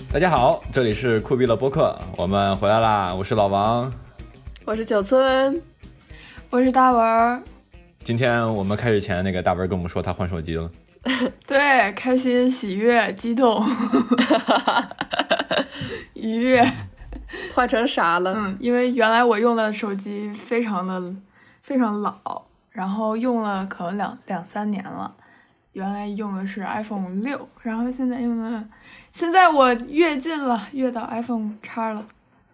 大家好，这里是酷毙了播客，我们回来啦！我是老王， 我是九村， 我是大文。 今天我们开始前，那个大文跟我们说他换手机了。 对，开心、喜悦、激动、愉悦。 换成啥了？ 因为原来我用的手机非常老，然后用了可能两三年了。原来用的是 iPhone 6，然后现在我跃进了，跃到 iPhone X 了。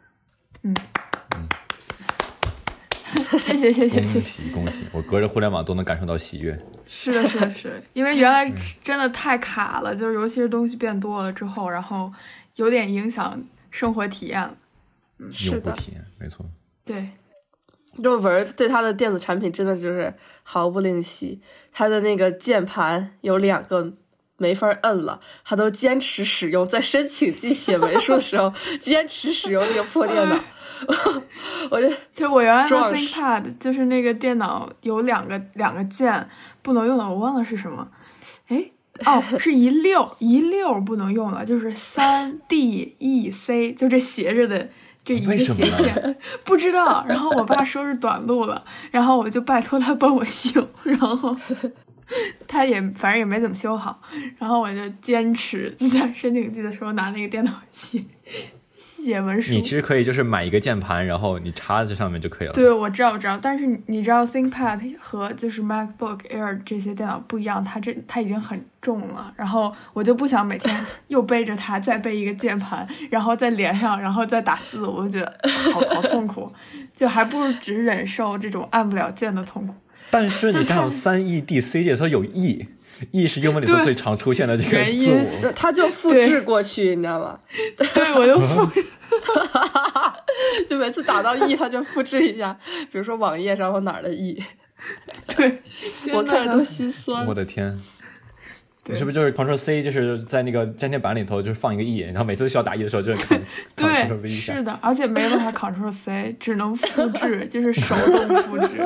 谢谢， 恭喜！我隔着互联网都能感受到喜悦。 是的，因为原来真的太卡了，就是尤其是东西变多了之后，然后有点影响生活体验了。 用户体验，没错。 对。 就文对他的电子产品真的就是毫不吝惜，他的那个键盘有2个没法摁了，他都坚持使用，在申请季写文书的时候坚持使用那个破电脑。 其实我原来的 ThinkPad 就是那个电脑有两个键不能用的，我忘了是什么。是一溜不能用了，就是 3DEC 就这斜着的这一个斜线，不知道。然后我爸说是短路了，然后我就拜托他帮我修，然后他也反正也没怎么修好，然后我就坚持在申请季的时候拿那个电脑写文书。 你其实可以就是买一个键盘，然后你插在上面就可以了。 对，我知道，但是你知道 ThinkPad 和就是 MacBook Air 这些电脑不一样，它已经很重了，然后我就不想每天又背着它，再背一个键盘，然后再连上，然后再打字，我就觉得好痛苦，就还不如只忍受这种按不了键的痛苦。 但是你像 3EDC 它有 E 是英文里头最常出现的这个字母， 它就复制过去，你知道吗？ 对，我就复制。 就每次打到 E 它就复制一下，比如说网页上或哪儿的 E。 对， 我看着都心酸。 我的天，你是不是就是 Ctrl+C 就是在那个粘贴板里头就是放一个 E， 然后每次需要打 E 的时候就是看对，是的，而且没办法 Ctrl+C， 只能复制，就是手动复制。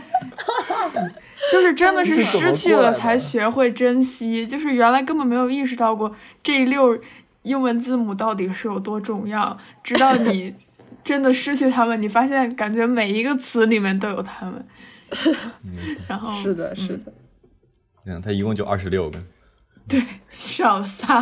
就是真的是失去了才学会珍惜，就是原来根本没有意识到过这一溜英文字母到底是有多重要，直到你真的失去它们，你发现感觉每一个词里面都有它们。然后是的， 它一共就26个， 对，少了仨。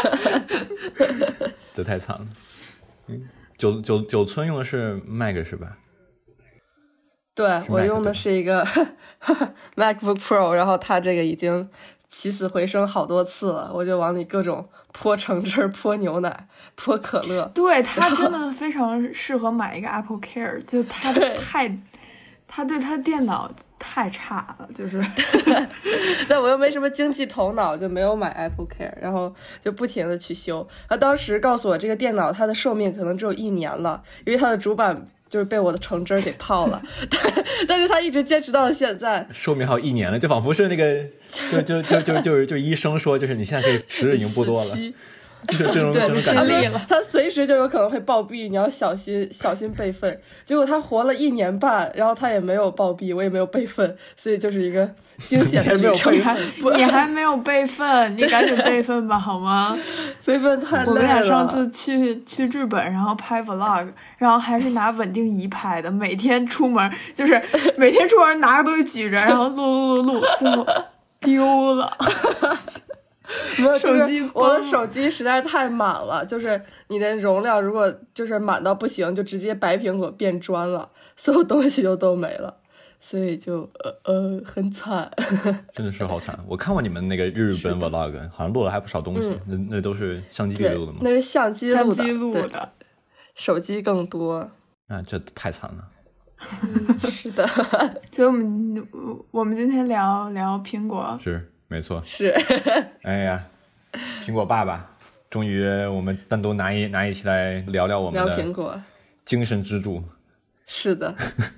这太惨了。九村用的是 Mac 是吧？ 对，我用的是一个MacBook Pro， 然后它这个已经起死回生好多次了，我就往里各种泼橙汁、泼牛奶、泼可乐。 对，它真的非常适合买一个 Apple Care， 就它对它电脑太差了，就是。 但我又没什么经济头脑，就没有买 Apple Care， 然后就不停的去修。他当时告诉我这个电脑它的寿命可能只有1年了，因为它的主板就是被我的橙汁给泡了，但是他一直坚持到了现在， 寿命还有1年了，就仿佛是那个，就医生说，就是你现在可以时日已经不多了，就是这种感觉。 他随时就有可能会暴毙，你要小心备份。结果他活了1年半，然后他也没有暴毙，我也没有备份，所以就是一个惊险的旅程。 你还没有备份，你赶紧备份吧，好吗？ 备份太累了。 我们俩上次去日本，然后拍 vlog， 然后还是拿稳定仪拍的，每天出门拿个东西举着，然后录，最后丢了。 没有手机，我的手机实在太满了，就是你的容量如果就是满到不行，就直接白苹果变砖了，所有东西都没了，所以就很惨。 真的是好惨。我看过你们那个日本 vlog， 好像录了还不少东西，那都是相机里录的吗？ 那是相机录的， 手机更多。 这太惨了。 是的。 所以我们今天聊苹果。 是。没错， 是。 哎呀，苹果爸爸，终于我们单独拿一起来聊聊我们的苹果精神支柱。 是的。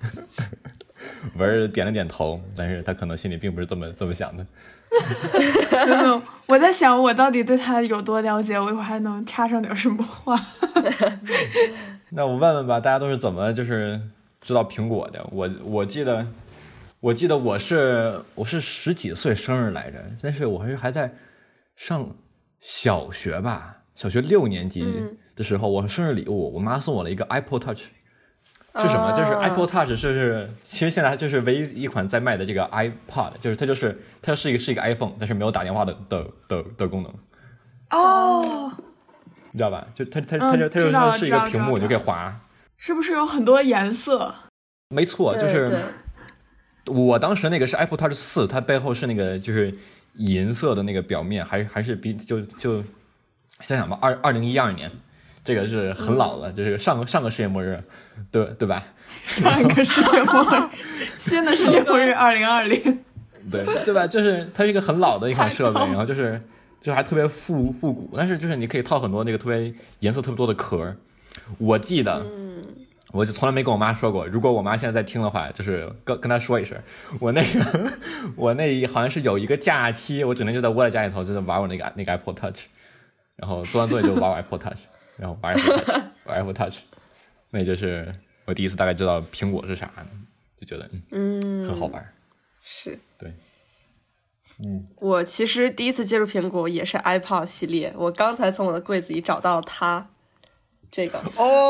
文点了点头，但是他可能心里并不是这么想的。 没有，我在想我到底对他有多了解，我一会儿还能插上点什么话。 那我问问吧，大家都是怎么就是知道苹果的？我记得我是10几岁生日来着，但是我还在上小学吧， 小学6年级的时候，我生日礼物，我妈送我了一个 Apple Touch。是什么？就是 Apple Touch 其实现在就是唯一一款在卖的这个 iPod， 就是它是一个 iPhone， 但是没有打电话的功能。 哦， 你知道吧？就它是一个屏幕，你就可以滑。 是不是有很多颜色？ 没错，就是我当时那个是 Apple Touch 4，它背后是那个就是银色的那个表面，还是比就想想吧，2012年。这个是很老了，就是上个世界末日，对吧？ 上个世界末日，新的世界末日2020， 对吧？就是它是一个很老的一款设备，然后就还特别复古，但是就是你可以套很多那个特别颜色特别多的壳。我记得，我就从来没跟我妈说过，如果我妈现在在听的话，就是跟她说一声，我那好像是有一个假期，我整天就在窝在家里头，就在玩我那个 Apple Touch， 然后做完作业就玩我 Apple Touch。然后玩 Apple Touch， 那就是我第一次大概知道苹果是啥，就觉得很好玩。 是， 对， 我其实第一次接触苹果也是 iPod 系列，我刚才从我的柜子里找到它，这个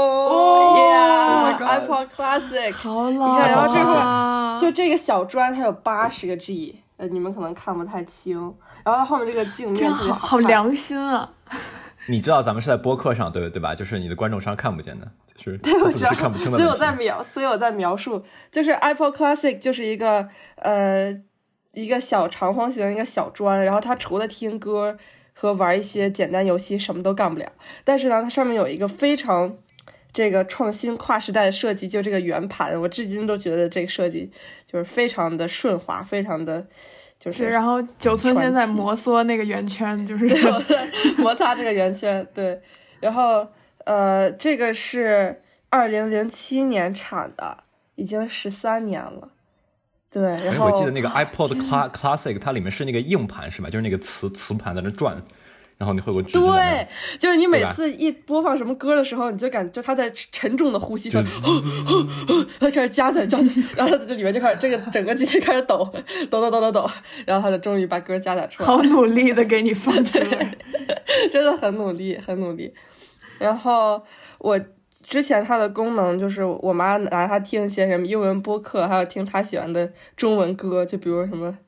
iPod Classic， 好老， 你看，然后就这个小砖它有80个 G， 你们可能看不太清，然后它后面这个镜面好良心啊。 你知道咱们是在播客上，对吧？就是你的观众是看不见的，就是对，我知道， 看不清的。 所以我在描述，就是 iPod Classic 就是一个小长方形的一个小砖，然后它除了听歌和玩一些简单游戏什么都干不了。但是呢，它上面有一个非常这个创新跨时代的设计，就这个圆盘，我至今都觉得这个设计就是非常的顺滑，非常的。就是然后9寸现在摩挲那个圆圈，就是对，我在摩擦这个圆圈，对。然后这个是2007年产的，已经13年了。对，然后我记得那个 iPod Classic 它里面是那个硬盘是吧？就是那个磁盘在那转，然后你会有个指针。 对，就是你每次一播放什么歌的时候，你就感觉它在沉重的呼吸，它开始加载，然后它里面就开始这个整个机器开始抖，然后它就终于把歌加载出来。 好努力的给你放歌， 真的很努力，很努力。然后我之前它的功能就是我妈拿它听一些什么英文播客，还有听她喜欢的中文歌，就比如什么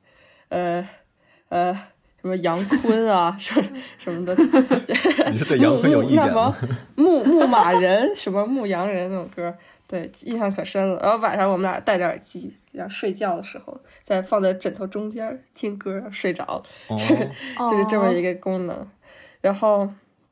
什么杨坤啊，什么的。 你是对杨坤有意见吗？ 牧马人，什么牧羊人那种歌，对，印象可深了。然后晚上我们俩戴着耳机，这样睡觉的时候，再放在枕头中间听歌睡着，就是这么一个功能。然后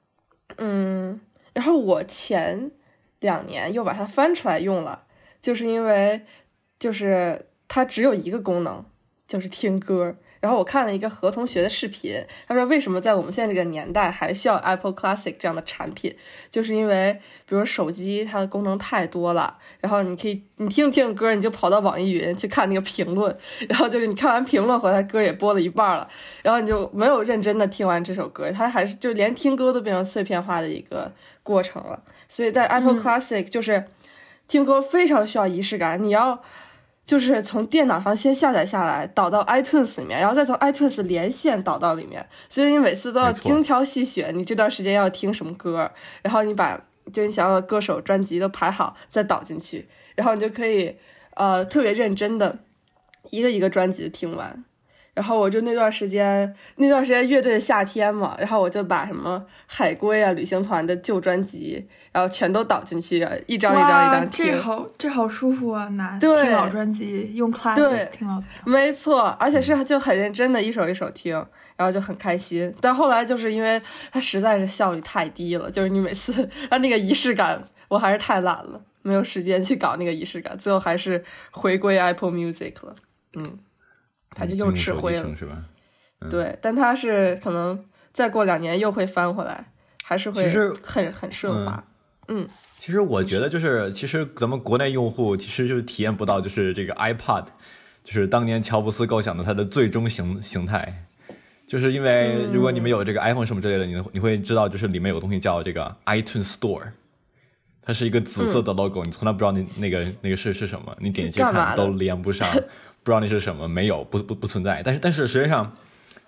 我前2年又把它翻出来用了，就是因为就是它只有一个功能，就是听歌。然后我看了一个何同学的视频，他说为什么在我们现在这个年代还需要 Apple Classic 这样的产品，就是因为比如手机它的功能太多了，然后你听着歌你就跑到网易云去看那个评论，然后就是你看完评论回来歌也播了一半了，然后你就没有认真的听完这首歌，它还是就连听歌都变成碎片化的一个过程了。所以在 Apple Classic 就是听歌非常需要仪式感，你要就是从电脑上先下载下来导到 iTunes 里面，然后再从 iTunes 连线导到里面，所以你每次都要精挑细选你这段时间要听什么歌，然后你把就你想要的歌手专辑都排好再导进去，然后你就可以特别认真的一个一个专辑听完。然后我就那段时间乐队的夏天嘛，然后我就把什么海龟啊旅行团的旧专辑然后全都导进去，一张一张听。 这好舒服啊， 听老专辑用 Classic 听老专辑， 没错，而且是就很认真的一首一首听，然后就很开心。但后来就是因为它实在是效率太低了，就是你每次它那个仪式感我还是太懒了，没有时间去搞那个仪式感，最后还是回归 Apple Music 了。他就又吃灰了， 是吧？ 对，但他是可能再过2年又会翻回来，还是会很顺滑。 其实我觉得其实咱们国内用户其实就是体验不到，就是这个 iPod， 就是当年乔布斯构想的它的最终形态。就是因为如果你们有这个 iPhone 什么之类的，你会知道，就是里面有个东西叫这个 iTunes Store， 它是一个紫色的 logo，你从来不知道那个是什么，你点击看都连不上。不知道那是什么，没有，不存在。但是实际上，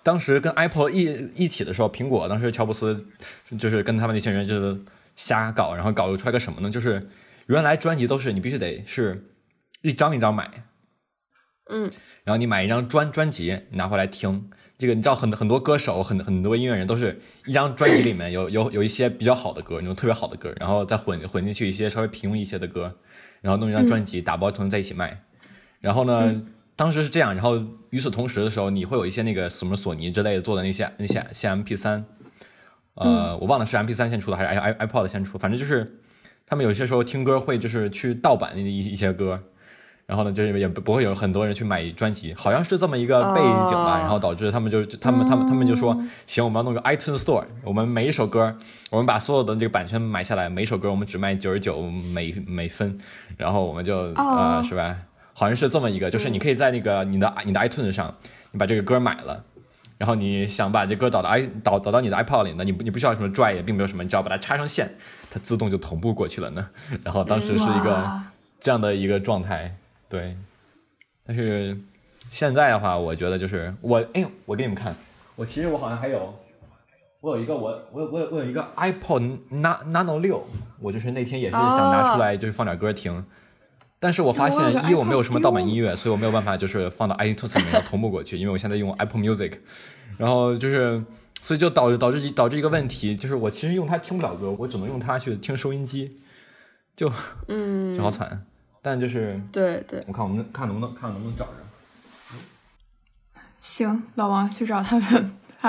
当时跟 Apple 一起的时候，苹果当时乔布斯就是跟他们那些人就是瞎搞，然后搞出来个什么呢？就是原来专辑都是你必须得是一张一张买，然后你买一张专辑拿回来听。这个你知道很多歌手很多音乐人都是一张专辑里面有一些比较好的歌，那种特别好的歌，然后再混进去一些稍微平庸一些的歌，然后弄一张专辑打包成在一起卖。然后呢，当时是这样，然后与此同时的时候，你会有一些那个什么索尼之类的做的那些MP3，我忘了是 MP3 先出的还是 iPod 先出，反正就是他们有些时候听歌会就是去盗版一些歌。然后呢，就是也不会有很多人去买专辑，好像是这么一个背景吧，然后导致他们就说，行，我们要弄个 iTunes Store， 我们每一首歌，我们把所有的这个版权买下来，每一首歌我们只卖99每分，然后我们就是吧，好像是这么一个，就是你可以在那个你的 iTunes 上，你把这个歌买了，然后你想把这歌导到你的 iPod 里呢，你不需要什么拽，也并没有什么，你只要把它插上线，它自动就同步过去了呢。然后当时是一个这样的一个状态。对，但是现在的话，我觉得就是我给你们看，其实我好像我有一个 iPod Nano 6，我就是那天也是想拿出来就是放点歌听，但是我发现我没有什么盗版音乐，所以我没有办法就是放到 iTunes 里面要同步过去，因为我现在用 Apple Music， 然后就是所以就导致一个问题，就是我其实用它听不了歌，我只能用它去听收音机，就好惨。但就是对， 我看能不能找着。 行，老王去找他的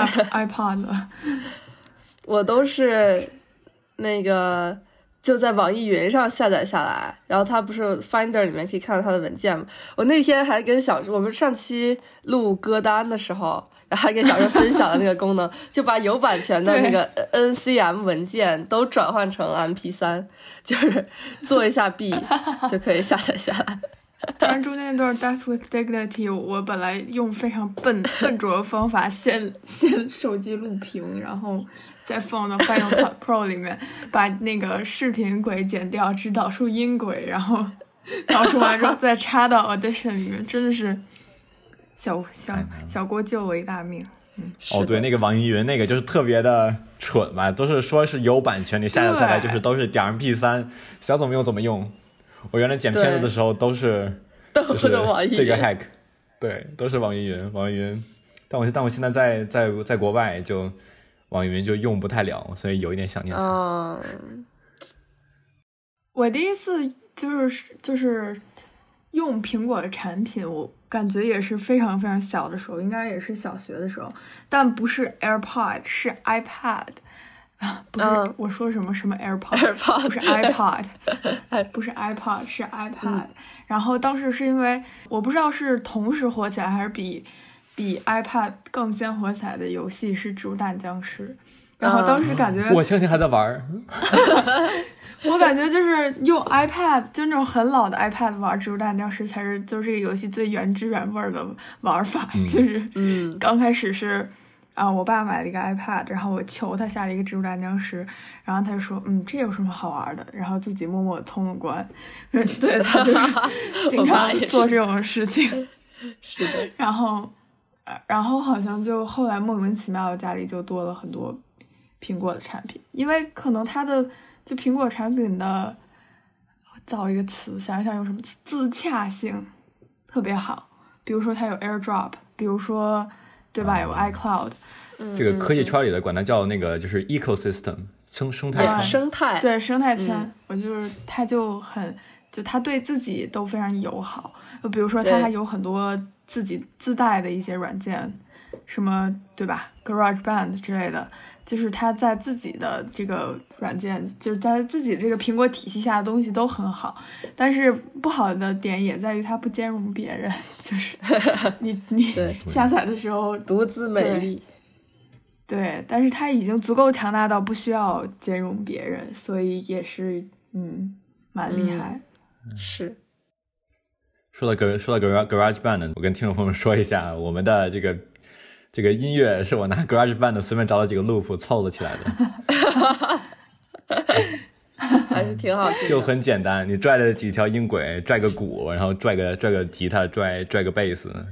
iPod 了。 我都是那个就在网易云上下载下来，然后它不是 Finder 里面可以看到它的文件吗？我那天还跟我们上期录歌单的时候，然后还跟小周分享了那个功能，就把有版权的那个 NCM 文件都转换成 MP3， 就是做一下弊就可以下载下来。 当然中间那段 Death with Dignity 我本来用非常笨拙的方法先手机录屏，然后再放到 Final Cut Pro 里面，把那个视频轨剪掉，只导出音轨，然后导出完之后再插到 Audition 里面，真的是小郭救了一大命。 对，那个网易云那个就是特别的蠢吧，都是说是有版权，你下载下来就是都是点 MP3， 想怎么用怎么用。我原来剪片子的时候都是就是这个 hack， 对，都是网易云。但我现在在国外就网易云就用不太了，所以有一点想念它。 我第一次就是用苹果的产品，我感觉也是非常非常小的时候，应该也是小学的时候，但不是 AirPod， 是 iPad。不是，我说什么 AirPod 不是 iPod 不是 iPod 是 iPad。然后当时是因为我不知道是同时火起来还是比 iPad 更先火起来的游戏是植物大战僵尸，然后当时感觉我前天还在玩我感觉就是用 iPad 就那种很老的 iPad 玩植物大战僵尸才是就是这个游戏最原汁原味的玩法。就是刚开始是我爸买了一个 iPad， 然后我求他下了一个植物大战僵尸，然后他就说这有什么好玩的，然后自己默默通了关。对，他就是经常做这种事情。 是的。 然后好像就后来莫名其妙的家里就多了很多苹果的产品，因为可能它的就苹果产品的造一个词，想一想用什么词，自洽性特别好。比如说它有 AirDrop， 比如说对吧，有 iCloud。 这个科技圈里的管它叫那个就是 ecosystem 生态圈。 对生态圈。我就是它就它对自己都非常友好。比如说它还有很多自己自带的一些软件，什么对吧 GarageBand 之类的，就是它在自己的这个软件，就是在自己这个苹果体系下的东西都很好，但是不好的点也在于它不兼容别人，就是你下载的时候独自美丽。 对，但是它已经足够强大到不需要兼容别人，所以也是蛮厉害。 是。 说到 GarageBand， 我跟听众朋友们说一下，我们的这个音乐是我拿 GarageBand 随便找了几个 loop 凑了起来的。还是挺好听的， 就很简单，你拽了几条音轨，拽个鼓，然后拽个吉他，拽个贝斯，然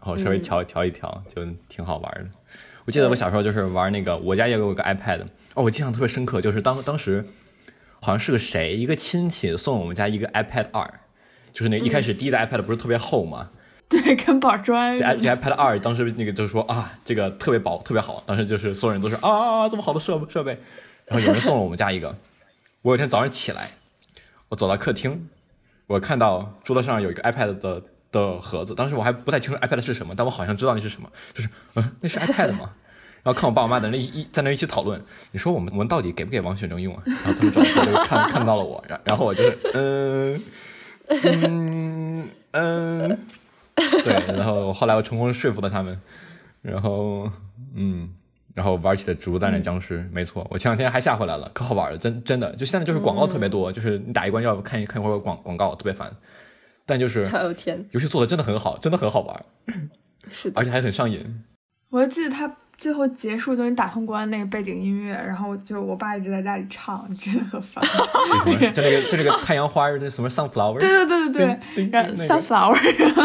然后稍微调一调，就挺好玩的。我记得我小时候就是玩那个，我家也有个 iPad， 我印象特别深刻，就是当时好像是个谁，一个亲戚送我们家一个 iPad 2，就是那一开始第一代 iPad 不是特别厚嘛， 对，跟宝砖。 这 iPad 2当时那个就说啊，这个特别薄，特别好，当时就是所有人都是啊，这么好的设备，然后有人送了我们家一个。我有一天早上起来，我走到客厅，我看到桌子上有一个 iPad 的盒子，当时我还不太清楚 iPad 是什么，但我好像知道那是什么，就是那是 iPad 吗？然后看我爸我妈在那一起讨论，你说我们到底给不给王雪征用啊？然后他们就看到了我，然后我就是对，然后后来我成功说服了他们，然后玩起了植物大战僵尸，没错，我前两天还下回来了，可好玩了，真的，就现在就是广告特别多，就是你打一关要看一会儿广告，特别烦。但就是游戏做的真的很好，真的很好玩， 是的， 而且还很上瘾。 我记得他最后结束就是你打通关那个背景音乐，然后就我爸一直在家里唱，真的很烦。 就那个太阳花那什么 sunflower， 对，然后 sunflower。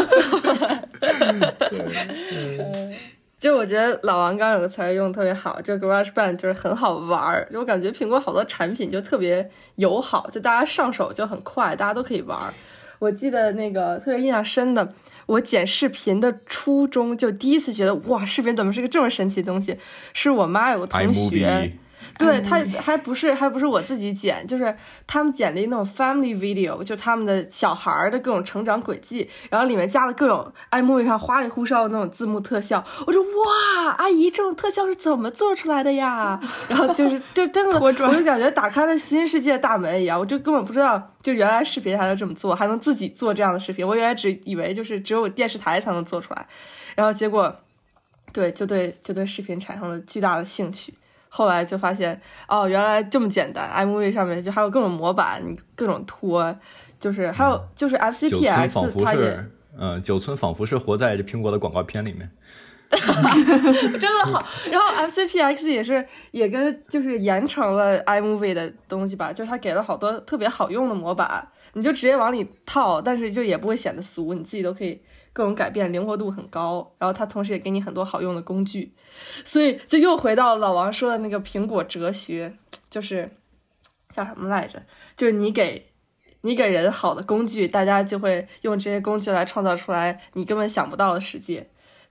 就我觉得老王刚有个词儿用的特别好，就 GarageBand 就是很好玩，就我感觉苹果好多产品就特别友好，就大家上手就很快，大家都可以玩。我记得那个特别印象深的，我剪视频的初衷就第一次觉得哇，视频怎么是个这么神奇的东西，是我妈有个同学，对，他还不是我自己剪，就是他们剪的那种 family video， 就他们的小孩的各种成长轨迹，然后里面加了各种iMovie 上花里胡哨的那种字幕特效。我说哇，阿姨这种特效是怎么做出来的呀？然后就真的，我就感觉打开了新世界大门一样。我就根本不知道，就原来视频还能这么做，还能自己做这样的视频。我原来只以为就是只有电视台才能做出来，然后结果就对视频产生了巨大的兴趣。后来就发现原来这么简单 ，iMovie 上面就还有各种模板，你各种拖，就是还有就是 FCPX 它也九村仿佛是活在这苹果的广告片里面。 真的好，然后 FCPX 也跟就是延承了 iMovie 的东西吧，就是它给了好多特别好用的模板，你就直接往里套，但是就也不会显得俗，你自己都可以各种改变，灵活度很高。然后它同时也给你很多好用的工具，所以就又回到老王说的那个苹果哲学，就是叫什么来着？就是你给人好的工具，大家就会用这些工具来创造出来你根本想不到的世界。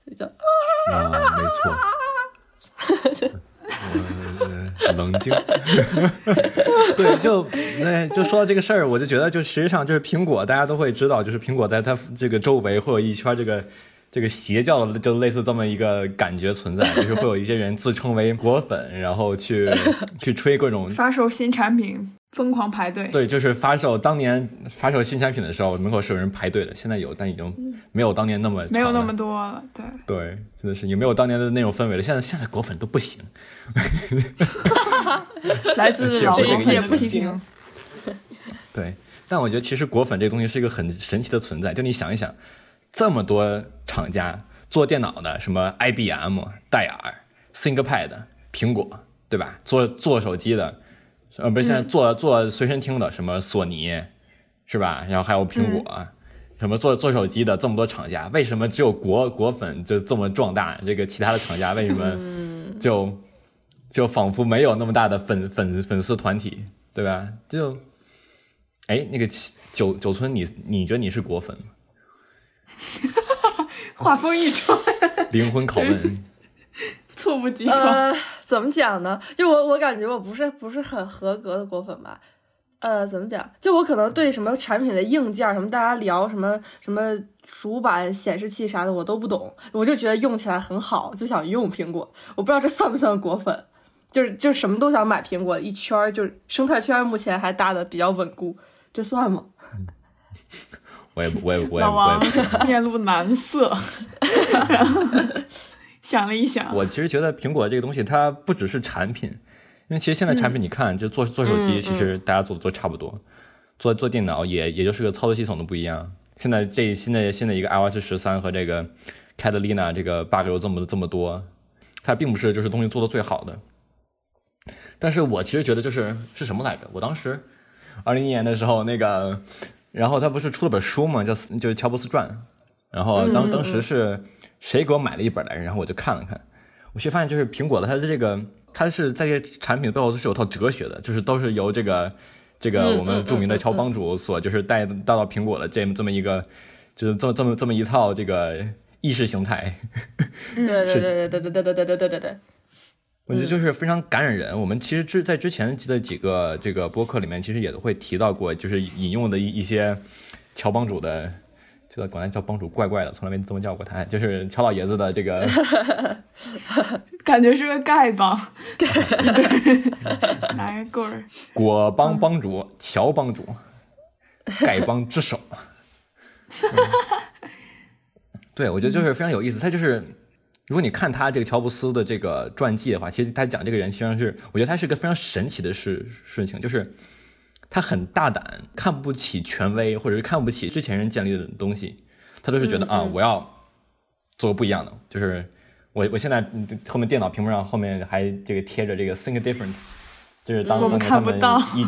没错。冷静。对，就说到这个事儿，我就觉得就实际上就是苹果，大家都会知道，就是苹果在它这个周围会有一圈这个邪教的，就类似这么一个感觉存在，就是会有一些人自称为果粉，然后去吹各种发售新产品，疯狂排队。 对，就是当年发售新产品的时候，门口是有人排队的，现在有，但已经没有当年那么长了， 没有那么多了。 对，真的是也没有当年的那种氛围了。现在果粉都不行， 来自老王也不行。 对，但我觉得其实果粉这个东西是一个很神奇的存在。就你想一想，这么多厂家做电脑的，什么 IBM、戴尔、ThinkPad、苹果，对吧？做手机的。不是现在做随身听的，什么索尼，是吧？然后还有苹果，什么做手机的这么多厂家，为什么只有果粉就这么壮大？这个其他的厂家为什么就仿佛没有那么大的粉丝团体，对吧？那个九村，你觉得你是果粉吗？ 话锋一转， 灵魂拷问。 猝不及防。 怎么讲呢？就我感觉我不是很合格的果粉吧。怎么讲？就我可能对什么产品的硬件，什么大家聊什么主板、显示器啥的我都不懂，我就觉得用起来很好，就想用苹果。我不知道这算不算果粉？就是什么都想买苹果，一圈就是生态圈目前还搭的比较稳固，这算吗？ 我也老王面露难色。想了一想， 我其实觉得苹果这个东西它不只是产品，因为其实现在产品你看，就做手机，其实大家做的都差不多，做电脑也就是个操作系统的不一样。现在新的一个 iOS 13和这个 Catalina 这个 bug 有这么多，它并不是就是东西做的最好的。但是我其实觉得是什么来着？我当时2001年的时候然后他不是出了本书嘛，就是乔布斯传，然后当时是谁给我买了一本来，然后我就看了看，我却发现就是苹果的它是在这些产品背后是有套哲学的，就是都是由这个我们著名的乔帮主所就是带到苹果的这么一个就是这么一套这个意识形态。 对， 我觉得就是非常感染人。我们其实在之前的几个这个播客里面，其实也会提到过，就是引用的一些乔帮主的，这个管他叫帮主怪怪的，从来没这么叫过他，就是乔老爷子的这个， 感觉是个丐帮，拿个棍儿。 果帮帮主，乔帮主，丐帮之首。对，我觉得就是非常有意思。他就是，如果你看他这个乔布斯的这个传记的话，其实他讲这个人，实际上是，我觉得他是个非常神奇的事情，就是他很大胆，看不起权威，或者是看不起之前人建立的东西，他都是觉得我要做个不一样的。就是我现在后面电脑屏幕上后面还这个贴着这个 Think Different， 就是当年他们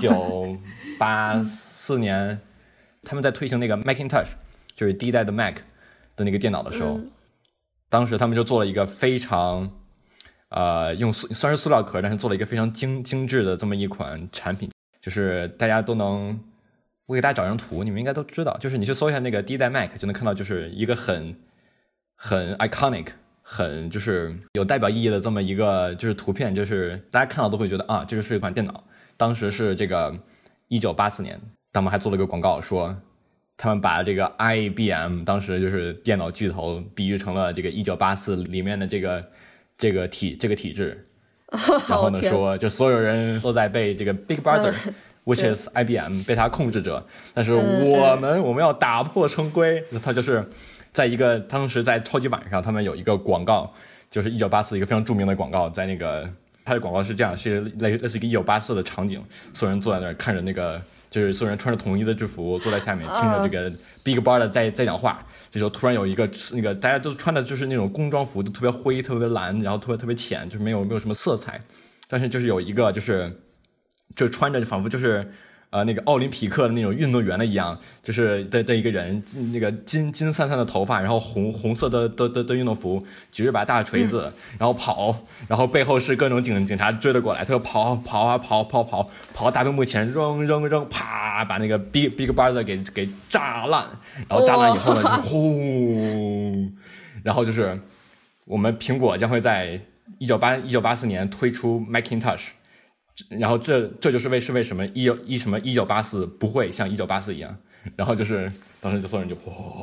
1984年他们在推行那个 Macintosh， 就是第一代的 Mac 的那个电脑的时候，当时他们就做了一个非常用虽然是塑料壳，但是做了一个非常精致的这么一款产品，就是大家都能，我给大家找张图，你们应该都知道，就是你去搜一下那个第一代 Mac 就能看到，就是一个很 iconic 很就是有代表意义的这么一个就是图片，就是大家看到都会觉得这就是一款电脑。当时是这个1984年，他们还做了个广告，说他们把这个 IBM 当时就是电脑巨头比喻成了这个1984里面的这个体制，然后呢说就所有人都在被这个 Big Brother which is IBM 被他控制着，但是我们要打破常规。他就是在一个当时在超级晚上，他们有一个广告，就是1984一个非常著名的广告，在那个他的广告是这样，是类似一个1984的场景，所有人坐在那儿看着那个，就是所有人穿着统一的制服坐在下面听着这个 Big Brother 在讲话。这时候突然有一个那个大家都穿的就是那种工装服，都特别灰特别蓝，然后特别浅，就是没有什么色彩，但是就是有一个就穿着仿佛就是那个奥林匹克的那种运动员的一样，就是的一个人，那个金散的头发，然后红色的运动服，举着把大锤子，然后跑，然后背后是各种警察追了过来，他就跑到大屏幕前扔，啪把那个 Big Brother 给炸烂，然后炸烂以后呢，就轰，然后就是我们苹果将会在1984年推出 Macintosh。然后这就是为什么1984不会像1984一样，然后就是当时就所有人就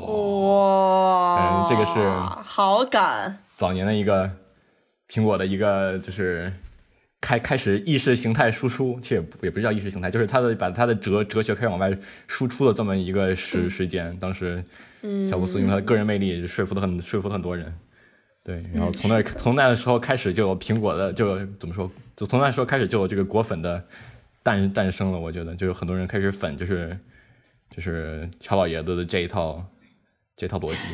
哇，这个是好感早年的一个苹果的一个就是开始意识形态输出，其实也不是叫意识形态，就是把他的哲学开始往外输出的这么一个时间。当时乔布斯用他的个人魅力说服了很多人。对，然后从那时候开始就有苹果的，就怎么说，就从那时候开始就有这个果粉的诞生了。我觉得就有很多人开始粉，就是乔老爷子的这一套逻辑。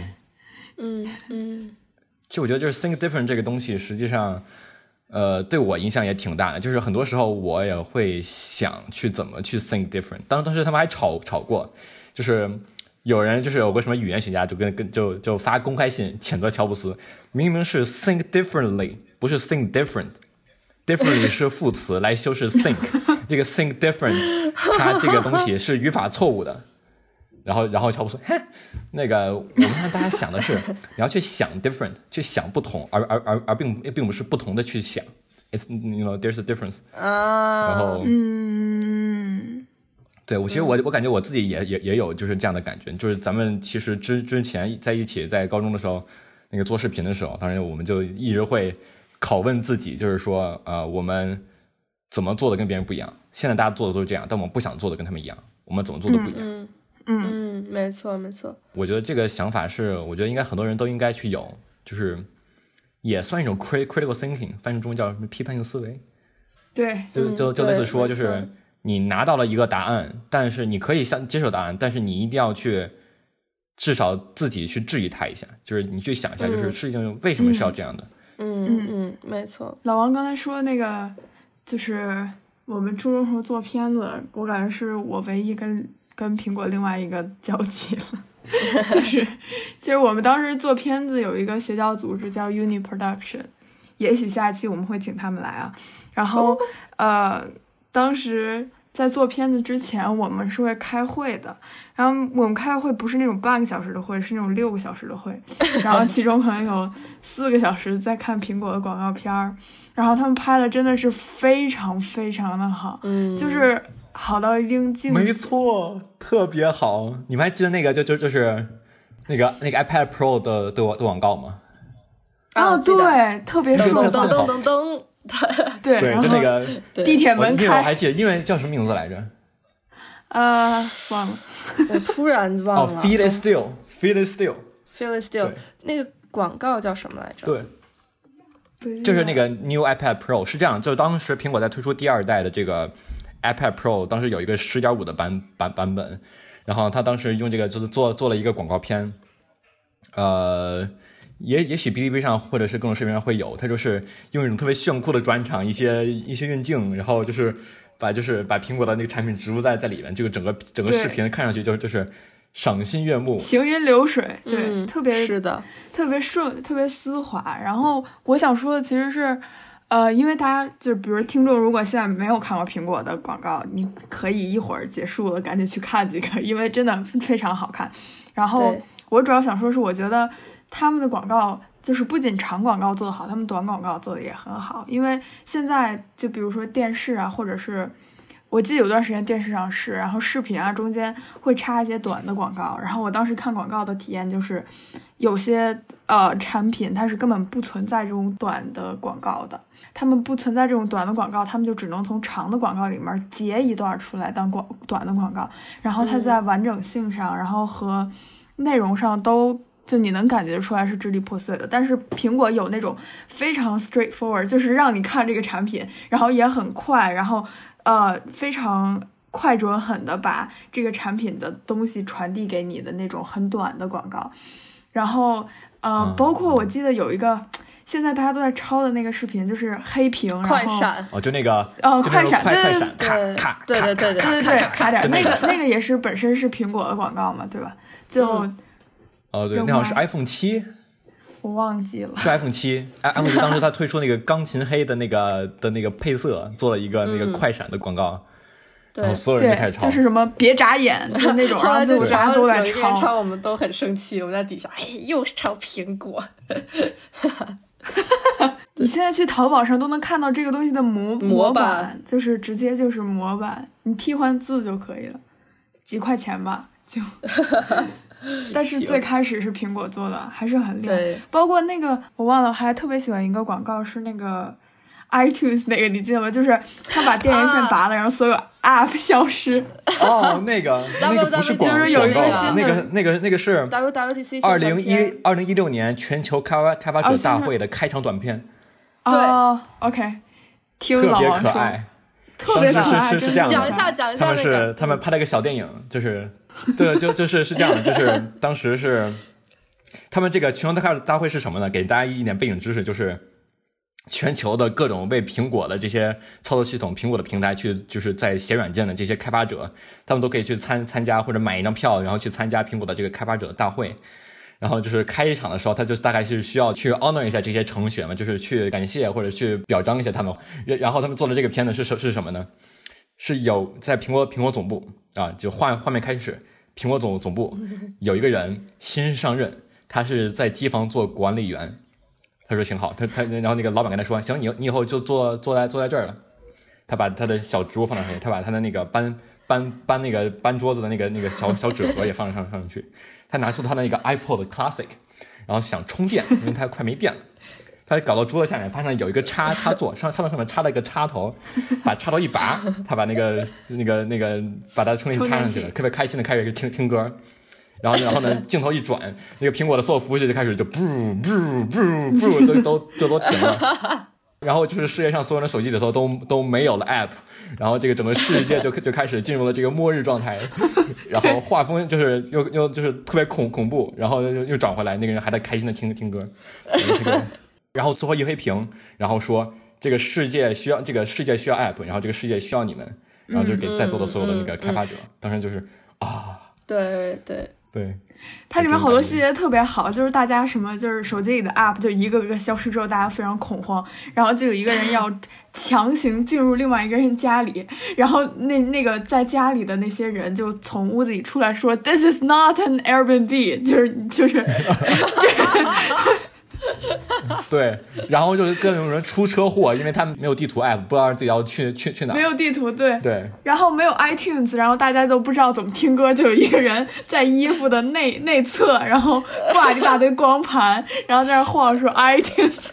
其实我觉得就是 think different 这个东西，实际上对我影响也挺大的。就是很多时候我也会想去怎么去 think different。当时他们还吵过，就是有人就是有个什么语言学家就发公开信谴责乔布斯，明明是 think differently， 不是 think different。differently 是副词来修饰 think， 这个 think different 它这个东西是语法错误的。然后乔布斯，那个我们让大家想的是你要去想 different， 去想不同，而并不是不同的去想。It's there's a difference。然后对，其实我感觉我自己也有就是这样的感觉，就是咱们其实之前在一起在高中的时候，那个做视频的时候，当然我们就一直会拷问自己，就是说我们怎么做的跟别人不一样？现在大家做的都是这样，但我们不想做的跟他们一样，我们怎么做的不一样？ 没错。 我觉得这个想法是，我觉得应该很多人都应该去有，就是也算一种 critical thinking， 翻译成中文叫什么批判性思维。 对， 就类似说，就是你拿到了一个答案，但是你可以接受答案，但是你一定要去至少自己去质疑它一下，就是你去想一下，就是事情为什么是要这样的。 没错。 老王刚才说那个，就是我们初中时候做片子，我感觉是我唯一跟苹果另外一个交集了。 就是我们当时做片子有一个协调组织叫 Uni Production， 也许下一期我们会请他们来啊。然后当时在做片子之前我们是会开会的，然后我们开会不是那种半个小时的会，是那种6个小时的会，然后其中可能有4个小时在看苹果的广告片儿，然后他们拍的真的是非常非常的好，就是好到一定境界。 没错，特别好。你们还记得那个就是那个 iPad Pro 的广告吗？ 对，特别顺， 噔噔噔噔噔。 对， 就那个地铁门开， 我还记得，因为叫什么名字来着？ 忘了， 我突然忘了。 Feel it still。 那个广告叫什么来着？ 对，就是那个 New iPad Pro 是这样，就是当时苹果在推出第2代的这个 iPad Pro， 当时有一个10.5的版本，然后他当时用这个就是做了一个广告片，也许哔哩哔哩上或者是各种视频上会有，它就是用一种特别炫酷的转场，一些运镜，然后就是把苹果的那个产品植入在里面，这个整个视频看上去就是赏心悦目， 行云流水，对，特别是的， 特别顺，特别丝滑。然后我想说的其实是，因为大家就比如听众如果现在没有看过苹果的广告，你可以一会儿结束了赶紧去看几个，因为真的非常好看。然后我主要想说是，我觉得他们的广告就是不仅长广告做得好，他们短广告做得也很好。因为现在就比如说电视啊，或者是我记得有段时间电视上是，然后视频啊中间会插一些短的广告，然后我当时看广告的体验就是有些产品它是根本不存在这种短的广告的，他们不存在这种短的广告，他们就只能从长的广告里面截一段出来当短的广告，然后它在完整性上然后和内容上都就你能感觉出来是支离破碎的。但是苹果有那种非常 straightforward， 就是让你看这个产品然后也很快，然后非常快准狠的把这个产品的东西传递给你的那种很短的广告。然后包括我记得有一个现在大家都在抄的那个视频，就是黑屏快闪， 就那个快闪， 快闪，咔， 对， 卡点，那个也是本身是苹果的广告嘛，对吧？就对，那好像是 iPhone 7， 我忘记了， 是 iPhone 7。iPhone 7当时他推出那个钢琴黑的那个配色，做了一个那个快闪的广告，然后所有人就开始抄， 就是什么别眨眼，就那种，然后就大家都在抄， 我们都很生气，我们在底下，又是抄苹果。 你现在去淘宝上都能看到这个东西的模板，就是直接就是模板，你替换字就可以了，几块钱吧就。但是最开始是苹果做的，还是很厉害。包括那个我忘了，还特别喜欢一个广告，是那个 iTunes 那个，你记得吗？就是他把电源线拔了，然后所有 app 消失。 那个不是广告， 就是有一个新的那个是 WWDC 2016年全球开发者大会的开场短片。 OK， 听特别可爱。 特别可爱， 是这样的， 讲一下他们拍了一个小电影，就是对，就是这样的，就是当时是他们这个全球开发者大会是什么呢？给大家一点背景知识，就是全球的各种为苹果的这些操作系统、苹果的平台去就是在写软件的这些开发者，他们都可以去参加或者买一张票，然后去参加苹果的这个开发者大会。然后就是开一场的时候，他就大概是需要去 honor 一下这些程序员们，就是去感谢或者去表彰一下他们。然后他们做的这个片子是什么呢？是有在苹果总部啊，就画面开始，苹果总部有一个人新上任，他是在机房做管理员。他说行好，然后那个老板跟他说，行，你以后就坐在这儿了。他把他的小植物放上去，他把他的那个搬桌子的那个小纸盒也放上去。他拿出他的那个 iPod Classic， 然后想充电，因为他快没电了。他搞到桌子下面，发现有一个插座，插头上面插了一个插头，把插头一拔，他把那个把他的充电器插上去了，特别开心的开始听歌。然后呢，镜头一转，那个苹果的所有服务器就开始就不都停了。然后就是世界上所有人的手机里头都没有了 app， 然后这个整个世界就开始进入了这个末日状态，然后画风就是又就是特别恐怖，然后又转回来，那个人还在开心的听歌，然后最后一黑屏，然后说这个世界需要 app， 然后这个世界需要你们，然后就给在座的所有的那个开发者，当时就是对， 对， 它里面好多细节特别好，就是大家什么就是手机里的 app 就一个个消失之后，大家非常恐慌，然后就有一个人要强行进入另外一个人家里，然后那个在家里的那些人就从屋子里出来说 This is not an Airbnb， 就是对，然后就是各种人出车祸，因为他们没有地图 app， 不知道自己要去哪， 没有地图，对， 然后没有 iTunes， 然后大家都不知道怎么听歌，就有一个人在衣服的内侧，然后挂一大堆光盘，然后在那晃说 iTunes，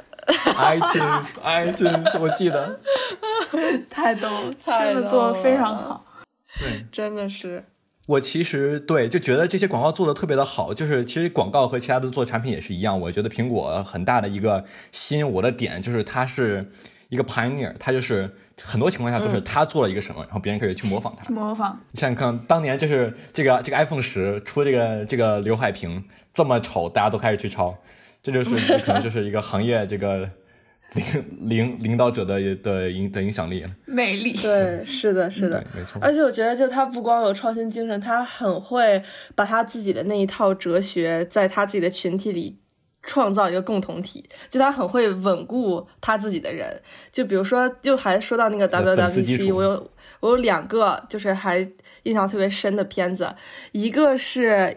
我记得， 太逗了，真的做得非常好， 对， 真的是。 我其实对就觉得这些广告做的特别的好，就是其实广告和其他的做产品也是一样，我觉得苹果很大的一个吸引我的点就是它是一个 pioneer， 它就是很多情况下都是他做了一个什么，然后别人可以去模仿它。 去模仿。 你想想看，当年就是这个 iPhone 10出这个刘海屏这么丑，大家都开始去抄，这就是可能就是一个行业这个领导者的影响力， 魅力。对，是的，是的， 没错。 而且我觉得，就他不光有创新精神，他很会把他自己的那一套哲学，在他自己的群体里创造一个共同体。就他很会稳固他自己的人。就比如说，就还说到那个 WWDC， 我有2个就是还印象特别深的片子，一个是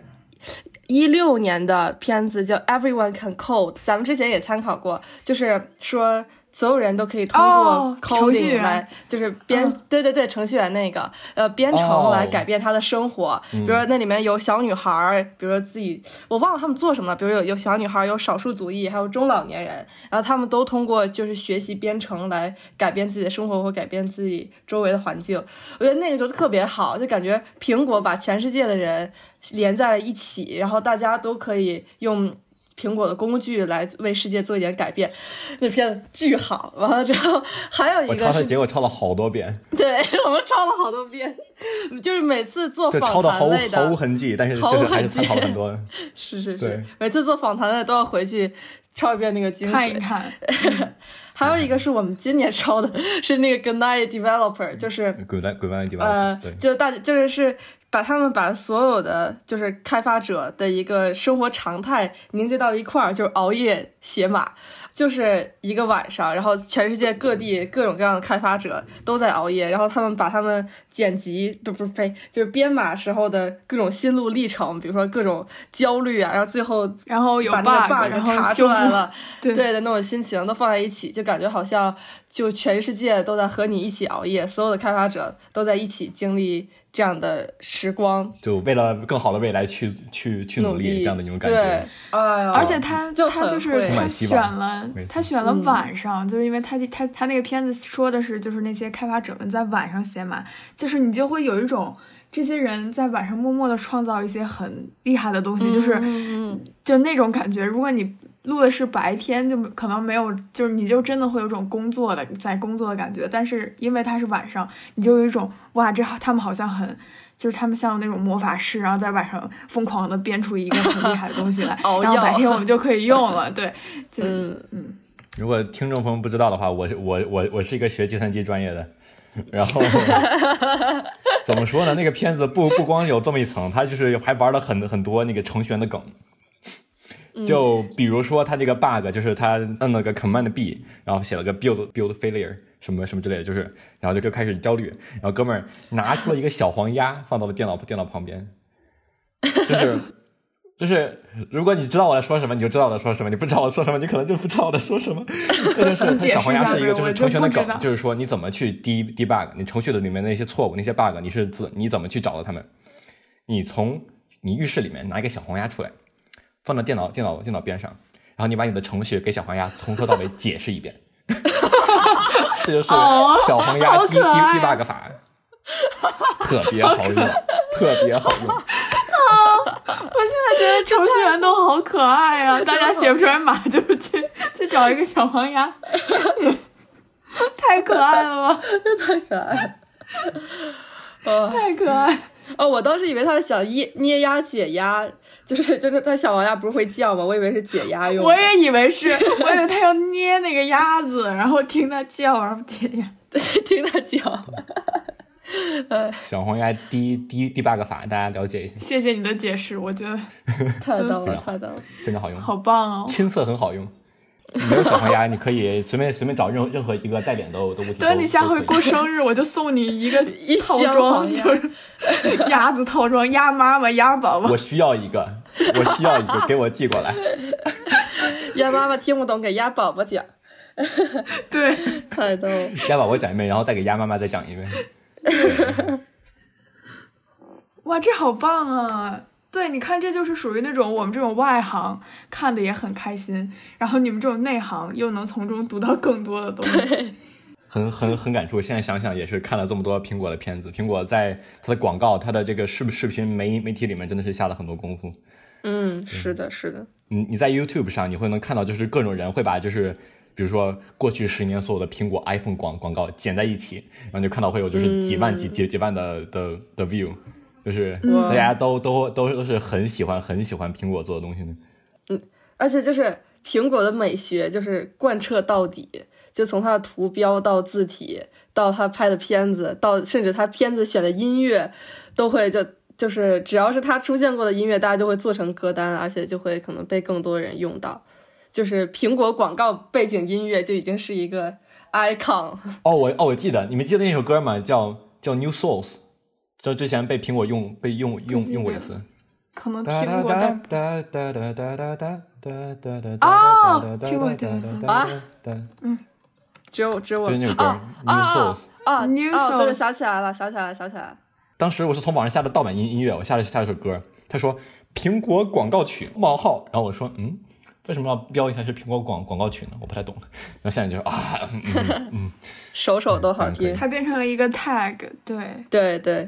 16年的片子叫 Everyone Can Code， 咱们之前也参考过，就是说所有人都可以通过 coding 来，就是对程序员那个编程来改变他的生活。比如说那里面有小女孩，比如说自己我忘了他们做什么了，比如有小女孩，有少数族裔，还有中老年人，然后他们都通过就是学习编程来改变自己的生活或改变自己周围的环境。我觉得那个就特别好，就感觉苹果把全世界的人连在了一起，然后大家都可以用苹果的工具来为世界做一点改变。那片巨好，完了之后还有一个是我抄它，结果抄了好多遍。 对，我们抄了好多遍，就是每次做访谈类的毫无痕迹，但是就是还是参考了很多。 是，每次做访谈的都要回去抄一遍那个精髓， 看一看。 还有一个是我们今年抄的，是那个 Good Night Developer， 就是 Good Night Developer， 对， 就是把所有的就是开发者的一个生活常态凝结到了一块儿，就是熬夜写码，就是一个晚上，然后全世界各地各种各样的开发者都在熬夜，然后他们把他们剪辑就是编码时候的各种心路历程，比如说各种焦虑啊，然后最后有把那个 bug 查出来了， 对的那种心情都放在一起，就感觉好像就全世界都在和你一起熬夜，所有的开发者都在一起经历这样的时光， 就为了更好的未来去努力，这样的一种感觉。 对， 而且他就是他选了晚上，就是因为他那个片子说的是就是那些开发者们在晚上写码，就是你就会有一种这些人在晚上默默的创造一些很厉害的东西，就那种感觉。如果你录的是白天，就可能没有，就是你就真的会有种在工作的感觉。但是因为它是晚上，你就有一种哇，他们好像就是他们像那种魔法师，然后在晚上疯狂的编出一个很厉害的东西来，然后白天我们就可以用了。对， 如果听众朋友不知道的话，我是一个学计算机专业的，然后怎么说呢？那个片子不光有这么一层，它就是还玩了很多那个程序员的梗。就比如说他这个 bug， 就是他摁了个 command B， 然后写了个 build failure 什么什么之类的，就是然后就开始焦虑，然后哥们儿拿出了一个小黄鸭放到了电脑旁边，就是如果你知道我在说什么，你就知道我在说什么；你不知道我说什么，你可能就不知道我在说什么。那就是小黄鸭是一个就是程序员的梗，就是说你怎么去 debug 你程序的里面那些错误那些 bug， 你怎么去找到他们？你从你浴室里面拿一个小黄鸭出来。放到电脑边上，然后你把你的程序给小黄鸭从头到尾解释一遍，这就是小黄鸭debug 法，特别好用，特别好用。 我现在觉得程序员都好可爱啊！大家写不出来码就是去找一个小黄鸭，太可爱了吧？ 太可爱了，太可爱。 我当时以为他是想捏压解压，就是他小黄鸭不是会叫吗？我以为是解压用的。 我也以为是，我以为他要捏那个鸭子，然后听它叫，然后解压， 听它叫。 小黄鸭debug法，大家了解一下。 谢谢你的解释，我觉得太逗了，太逗了， 非常好用， 好棒哦！ 亲测很好用。没有小黄鸭，你可以随便找任何一个带点都不提。 等你下回过生日，我就送你一个套装，就是鸭子套装，鸭妈妈、鸭宝宝。 我需要一个，给我寄过来。 鸭妈妈听不懂，给鸭宝宝讲。 对， 太逗。 鸭宝宝讲一遍，然后再给鸭妈妈再讲一遍。 哇，这好棒啊！对，你看，这就是属于那种我们这种外行看的也很开心，然后你们这种内行又能从中读到更多的东西。 很感触。现在想想也是看了这么多苹果的片子，苹果在它的广告、它的这个视频媒体里面真的是下了很多功夫。 是的，是的。 你在 YouTube 上你会能看到，就是各种人会把就是比如说过去10年所有的苹果 iPhone 广告剪在一起，然后就看到会有就是几万的 view。就是大家都是很喜欢苹果做的东西的。 而且就是苹果的美学就是贯彻到底，就从它的图标到字体到它拍的片子，到甚至它片子选的音乐都会就是只要是它出现过的音乐，大家就会做成歌单，而且就会可能被更多人用到。就是苹果广告背景音乐就已经是一个 icon。 我记得，你们记得那首歌吗？叫 New Souls。这之前被苹果用过一次， 可能听过，但听过啊，只有我就是那首歌 New Souls New Souls， 对，想起来了。 当时我是从网上下的盗版音乐，我下了一首歌，他说苹果广告曲冒号，然后我说为什么要标一下是苹果广告曲呢？我不太懂。然后现在就首都好听， 它变成了一个 tag， 对。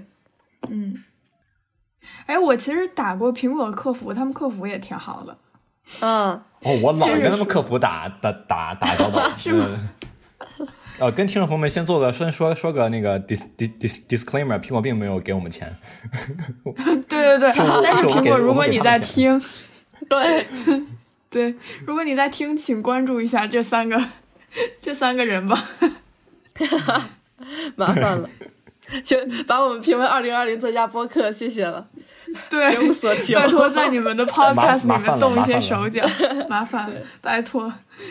我其实打过苹果的客服，他们客服也挺好的。 我老跟他们客服打交道。 是吗？ 跟听众朋友们先做个说个那个 disclaimer， 苹果并没有给我们钱。 对，但是苹果，如果你在听，对，如果你在听，请关注一下这三个人吧。 麻烦了。就把我们评为2020最佳播客，谢谢了。 对， 别无所求， 拜托在你们的 podcast 里面动一些手脚，麻烦，拜托。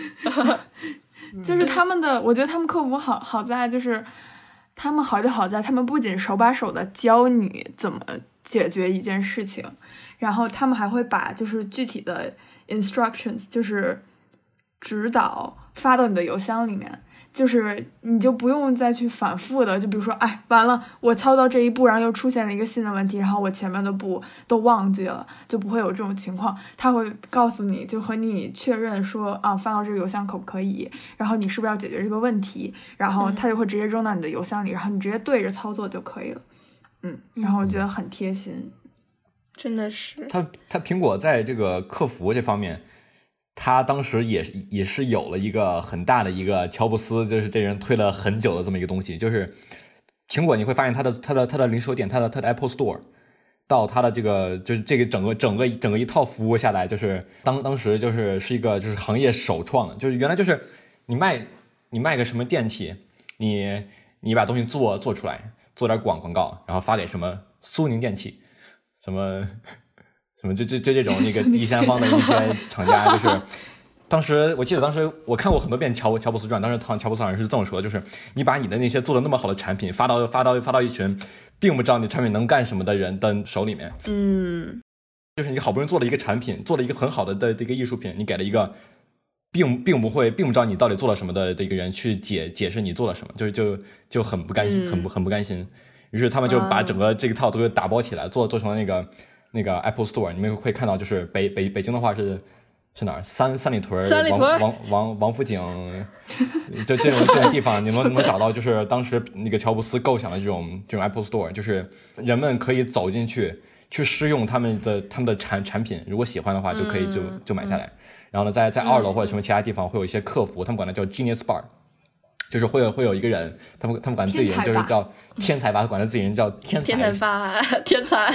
就是他们的，我觉得他们客服好在就是他们好在他们不仅手把手的教你怎么解决一件事情，然后他们还会把就是具体的 instructions 就是指导发到你的邮箱里面。就是你就不用再去反复的，就比如说，完了，我操到这一步，然后又出现了一个新的问题，然后我前面的步都忘记了，就不会有这种情况。他会告诉你，就和你确认说，发到这个邮箱可不可以，然后你是不是要解决这个问题，然后他就会直接扔到你的邮箱里，然后你直接对着操作就可以了。然后我觉得很贴心， 真的是。 他苹果在这个客服这方面。他当时也是有了一个很大的一个乔布斯，就是这人推了很久的这么一个东西，就是苹果你会发现它的零售店，它的 Apple Store 到它的这个就是这个整个一套服务下来，就是当时是一个就是行业首创，就是原来就是你卖个什么电器，你把东西做出来，做点广告，然后发给什么苏宁电器，什么这种那个第三方的一些厂家，就是我记得当时我看过很多遍乔布斯传，当时乔布斯好像是这么说的，就是你把你的那些做的那么好的产品发到一群并不知道你产品能干什么的人的手里面，就是你好不容易做了一个产品，做了一个很好的一个艺术品，你给了一个并不知道你到底做了什么的一个人去解释你做了什么，就很不甘心，很不甘心，于是他们就把整个这个套都打包起来，做成了那个 Apple Store， 你们会看到，就是北京的话是哪儿？三里屯、王府井，就这种地方，你们能找到，就是当时那个乔布斯构想的这种 Apple Store， 就是人们可以走进去试用他们的产品，如果喜欢的话就可以就买下来。然后呢，在2楼或者什么其他地方会有一些客服，他们管它叫 Genius Bar， 就是会有一个人，他们管自己人就是叫天才吧，管他自己人叫天才吧，天才。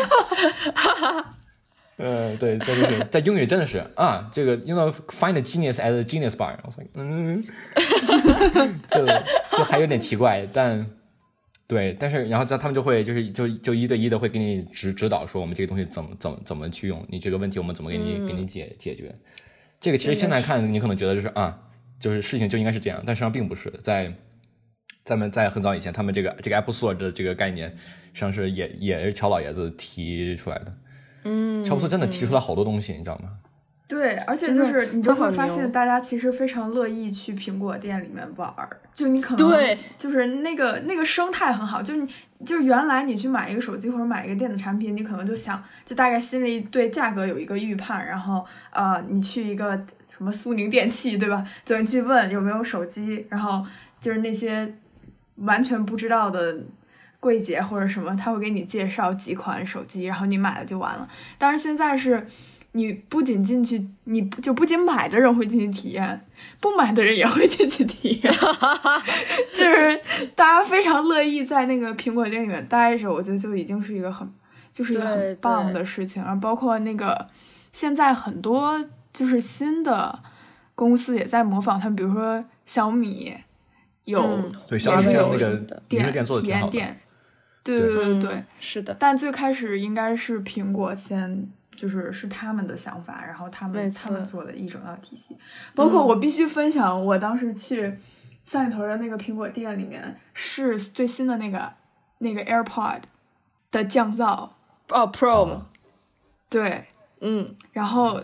对，就是在英语真的是这个 you know find a genius at a genius bar， 我说就还有点奇怪，但对，但是然后他们就会就一对一的会给你指导说我们这个东西怎么去用，你这个问题我们怎么给你解决。这个其实现在看你可能觉得就是事情就应该是这样，但实际上并不是。在很早以前，他们这个 Apple Store 的这个概念，实际上是也是乔老爷子提出来的。乔布斯真的提出了好多东西，你知道吗？ 对，而且就是你就会发现，大家其实非常乐意去苹果店里面玩，就你可能对， 就是那个生态很好，就是原来你去买一个手机或者买一个电子产品，你可能就大概心里对价格有一个预判，然后你去一个什么苏宁电器，对吧？就你去问有没有手机，然后就是那些完全不知道的柜姐或者什么，他会给你介绍几款手机，然后你买了就完了。但是现在是。你不仅进去，你就不仅买的人会进去体验，不买的人也会进去体验，就是大家非常乐意在那个苹果店里面待着，我觉得就已经是一个很棒的事情。然后包括那个现在很多就是新的公司也在模仿他们，比如说小米有对小米像那个店做的挺好的， 对， 是的。 但最开始应该是苹果先。是他们的想法，然后他们做的一整套体系，包括我必须分享，我当时去三里屯的那个苹果店里面试最新的那个 AirPod 的降噪 Pro 吗？ 对，然后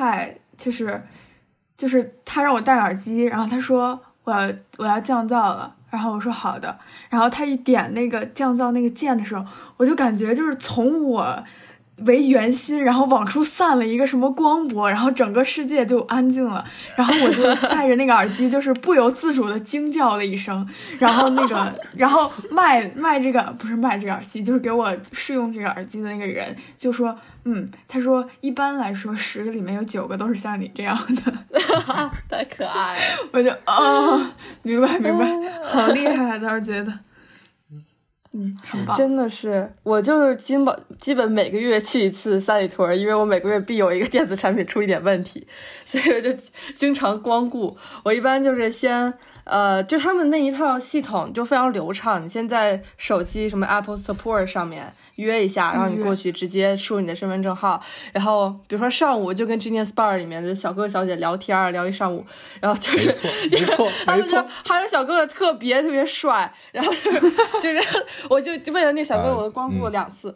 就是他让我戴耳机，然后他说我要降噪了，然后我说好的，然后他一点那个降噪那个键的时候，我就感觉就是从我为圆心，然后往出散了一个什么光波，然后整个世界就安静了，然后我就戴着那个耳机，就是不由自主的惊叫了一声，然后然后卖这个不是卖这个耳机，就是给我试用这个耳机的那个人就说，他说一般来说10个里面有9个都是像你这样的， 太可爱了， 我就明白，好厉害啊，当时觉得。很棒， 真的是，我就是基本每个月去一次三里屯，因为我每个月必有一个电子产品出一点问题，所以我就经常光顾。我一般就是先就他们那一套系统就非常流畅，你先在手机什么 Apple Support 上面约一下，然后你过去直接输你的身份证号，然后比如说上午就跟 Genius Bar 里面的小哥哥小姐聊天聊一上午，然后就是没错他们就还有小哥哥特别帅，然后就是我就为了那小哥哥我都光顾了2次，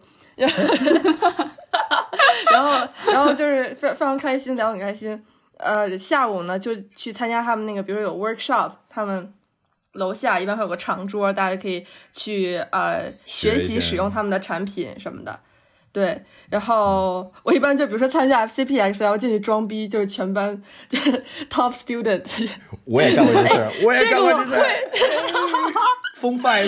然后就是非常开心，聊很开心。下午呢就去参加他们那个，比如有 workshop， 他们楼下一般会有个长桌，大家可以去学习使用他们的产品什么的。对，然后我一般就比如说参加 FCPX， 然后进去装逼，就是全班就是 top student。 我也干过这事儿，我也干过这事儿。疯five，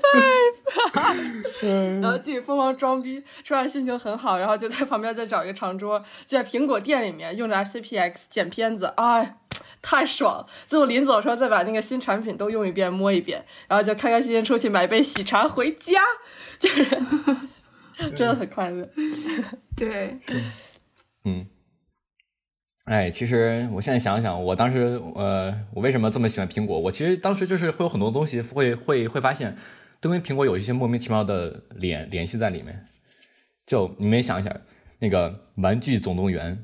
然后自己疯狂装逼，出来心情很好，然后就在旁边再找一个长桌，就在苹果店里面用着 FCPX 剪片子，太爽！最后临走的时候再把那个新产品都用一遍摸一遍，然后就开开心心出去买杯喜茶回家，就是真的很快乐。 对， 其实我现在想想，我当时我为什么这么喜欢苹果？我其实当时就是会有很多东西会发现都跟苹果有一些莫名其妙的联系在里面。就你们也想一想，那个玩具总动员，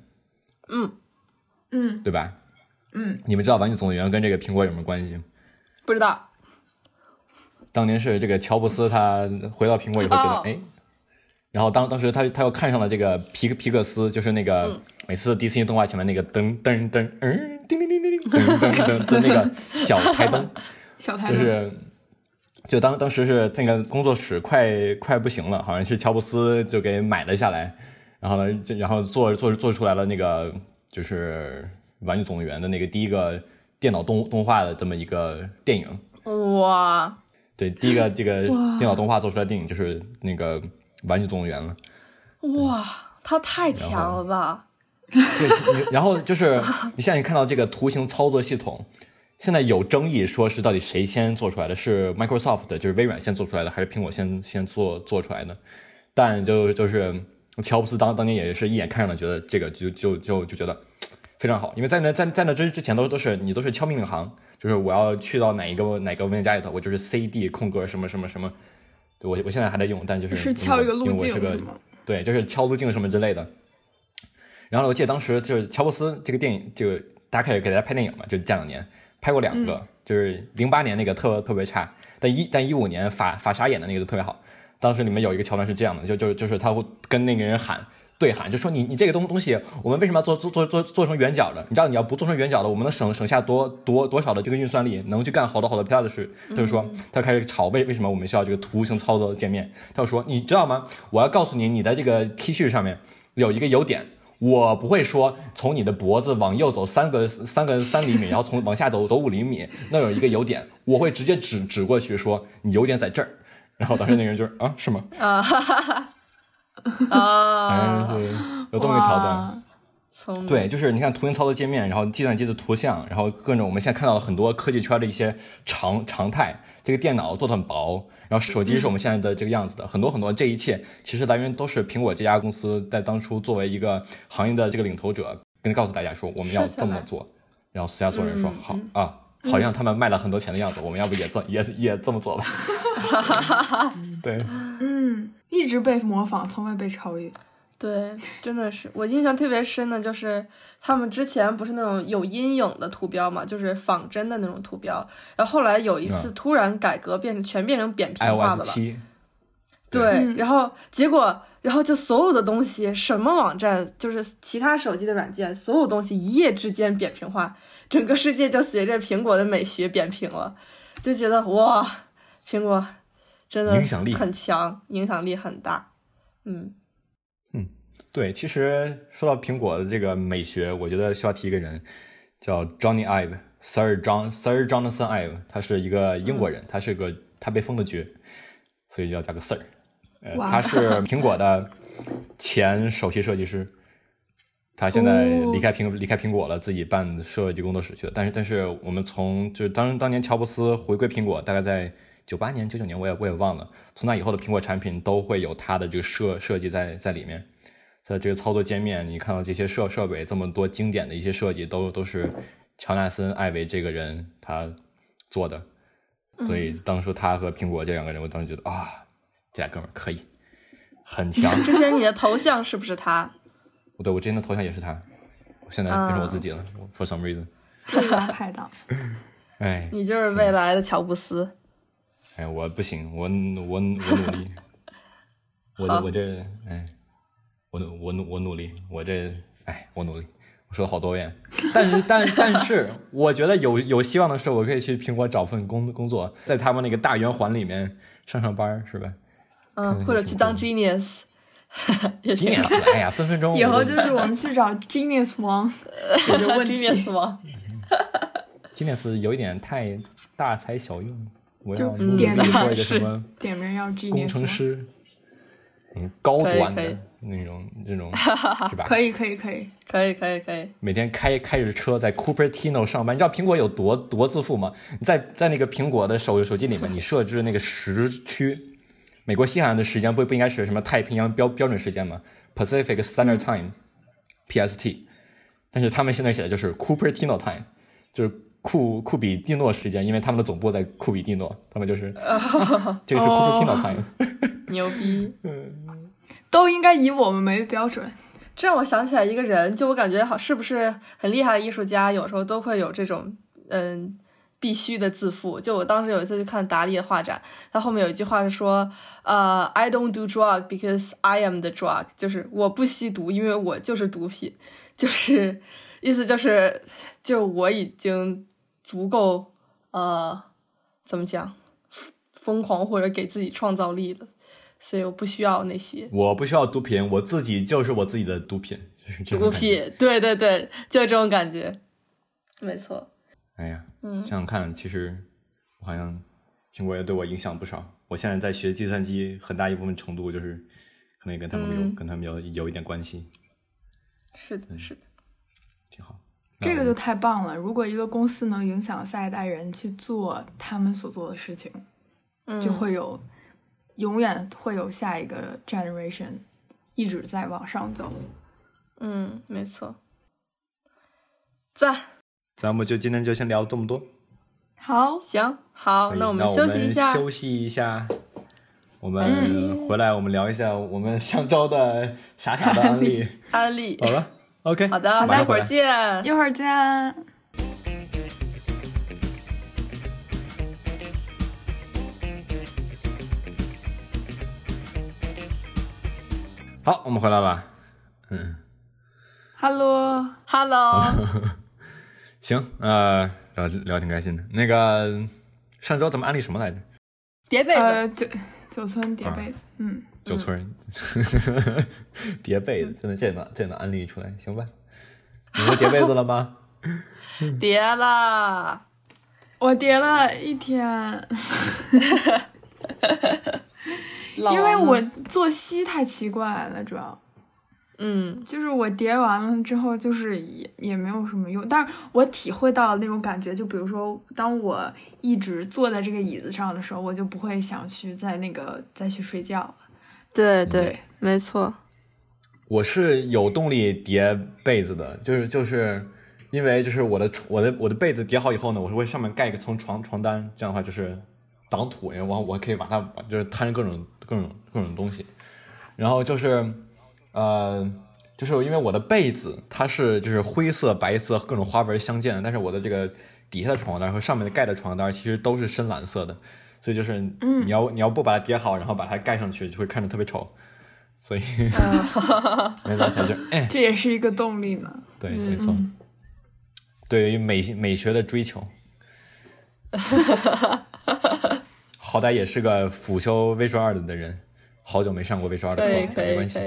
对吧？你们知道玩具总动员跟这个苹果有什么关系？ 不知道。 当年是这个乔布斯他回到苹果以后觉得然后当时他又看上了这个皮克斯，就是那个每次迪士尼动画前面那个噔噔噔叮叮叮叮噔噔噔的那个小台灯，就当时是那个工作室快不行了，好像是乔布斯就给买了下来，然后呢，然后做出来了那个就是玩具总动员的那个第一个电脑动画的这么一个电影。 哇！ 对，第一个这个电脑动画做出来的电影就是那个玩具总动员了。 哇，他太强了吧！ 对，然后就是你现在看到这个图形操作系统，现在有争议，说是到底谁先做出来的，是 Microsoft 就是微软先做出来的，还是苹果先做出来的？但就是乔布斯当年也是一眼看上了，觉得这个就觉得非常好，因为在那之前都是敲命令行，就是我要去到哪个文件夹里头，我就是 CD 空格什么什么什么， 我现在还在用，但就是敲一个路径是吗？对，就是敲路径什么之类的。然后我记得当时就是乔布斯这个电影，就大家开始给大家拍电影嘛，就这2年拍过2个，就是08年那个特别差，但15年法沙演的那个就特别好。当时里面有一个桥段是这样的，就是他会跟那个人对喊，就说你这个东西我们为什么要做成圆角的？你知道你要不做成圆角的，我们能省下多少的这个运算力，能去干好多其他的事。就是说他开始吵为什么我们需要这个图形操作的界面。他就说你知道吗？我要告诉你的这个 T 恤上面有一个优点。我不会说从你的脖子往右走3厘米，然后往下走5厘米，那有一个优点，我会直接指过去说你优点在这儿。然后当时那个人就是是吗？反正是有这么个桥段。对，就是你看图形操作界面，然后计算机的图像，然后各种我们现在看到了很多科技圈的一些常态。这个电脑做得很薄，然后手机是我们现在的这个样子的，很多这一切其实来源都是苹果这家公司在当初作为一个行业的这个领头者，跟告诉大家说我们要这么做，然后私下所有人说好啊，好像他们卖了很多钱的样子，我们要不也这么做吧？对， 一直被模仿，从未被超越。 对，真的是我印象特别深的就是他们之前不是那种有阴影的图标嘛，就是仿真的那种图标，然后后来有一次突然改革全变成扁平化的了。 iOS 7。 对，然后结果就所有的东西，什么网站就是其他手机的软件，所有东西一夜之间扁平化，整个世界就随着苹果的美学扁平了，就觉得哇，苹果真的很强，影响力很大。 对，其实说到苹果的这个美学，我觉得需要提一个人，叫 Johnny Ive，Sir Jonathan Ive， 他是一个英国人，他被封的爵，所以要加个 Sir。他是苹果的前首席设计师，他现在离开苹果了，自己办设计工作室去了。但是我们就是当年乔布斯回归苹果，大概在98年、99年，我也忘了。从那以后的苹果产品都会有他的这个设计在里面。它的这个操作界面，你看到这些设备这么多经典的一些设计，都是乔纳森·艾维这个人他做的。所以当初他和苹果这2个人，我当时觉得这俩哥们可以，很强。 之前你的头像是不是他？ 对，我之前的头像也是他，我现在变成我自己了，for some reason。 最佳拍档。 哎， 你就是未来的乔布斯。 哎，我不行，我努力。我努力，我努力。我说了好多遍，但是我觉得有希望的是，我可以去苹果找份工作，在他们那个大圆环里面上班，是吧？ 或者去当 Genius。 Genius， 哎呀，分钟。 以后就是我们去找 Genius 王解决问题。 Genius 王。 Genius 有一点太大材小用，我要点名做一个什么点名要 Genius 工程师，高端的那种这种是吧？ 可以。 每天开着车在 Cupertino 上班，你知道苹果有多自负吗？你在那个苹果的手机里面，你设置那个时区，美国西海岸的时间不应该是什么太平洋标准时间吗 ？Pacific Standard Time，PST， 但是他们现在写的就是 Cupertino Time， 就是库比蒂诺时间，因为他们的总部在库比蒂诺，他们就是这个是 Cupertino Time， 牛逼。 都应该以我们为标准。 这让我想起来一个人，就我感觉是不是很厉害的艺术家，有时候都会有这种必须的自负。就我当时有一次去看达利的画展，他后面有一句话是说I don't do drug because I am the drug， 就是我不吸毒，因为我就是毒品，就是意思就是我已经足够怎么讲疯狂或者给自己创造力了。所以我不需要那些， 我不需要毒品，我自己就是我自己的毒品，就是这种毒品，对，就是这种感觉，没错。 哎呀，想想看，其实我好像苹果也对我影响不少。我现在在学计算机，很大一部分程度就是可能也跟他们有一点关系。 是的， 挺好。 这个就太棒了！如果一个公司能影响下一代人去做他们所做的事情，就会永远会有下一个 generation 一直在往上走。 没错。赞。 咱们今天就先聊这么多。 好， 行，好，那我们休息一下。 我们回来我们聊一下我们上周的傻傻的安利。 好了 OK 好的，待会儿见。 一会儿见。 好，我们回来吧。 Hello， 行，聊挺开心的。那个上周咱们安利什么来着？ 叠被子。 九村叠被子。 九村叠被子，真的这能安利出来，行吧？你们叠被子了吗？ 叠了， 我叠了1天。因为我作息太奇怪了，主要，就是我叠完了之后，就是也没有什么用，但是我体会到那种感觉，就比如说，当我一直坐在这个椅子上的时候，我就不会想去再去睡觉了。 对，没错。 我是有动力叠被子的，就是因为就是我的被子叠好以后呢，我是会上面盖一个层床单，这样的话就是挡土，因为我可以把它就是摊各种东西，然后就是因为我的被子它是就是灰色、白色各种花纹相间的，但是我的这个底下的床单和上面的盖的床单其实都是深蓝色的，所以就是你要不把它叠好，然后把它盖上去，就会看着特别丑，所以没早起来就这也是一个动力呢。 对，没错，对于美学的追求。好歹也是个辅修 Visual 2的人，好久没上过 Visual 2的课，没关系。